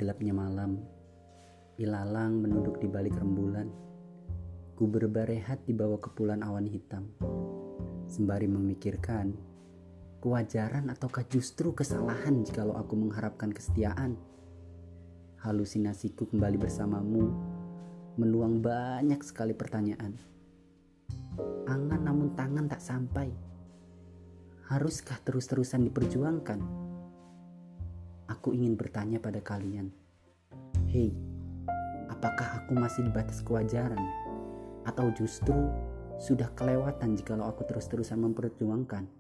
gelapnya malam, ilalang menunduk di balik rembulan. Ku berbarehat di bawah kepulan awan hitam, sembari memikirkan kewajaran ataukah justru kesalahan jikalau aku mengharapkan kesetiaan. Halusinasiku kembali bersamamu menuang banyak sekali pertanyaan. Angan namun tangan tak sampai. Haruskah terus-terusan diperjuangkan? Aku ingin bertanya pada kalian. Hei, apakah aku masih di batas kewajaran? Atau justru sudah kelewatan jikalau aku terus-terusan memperjuangkan?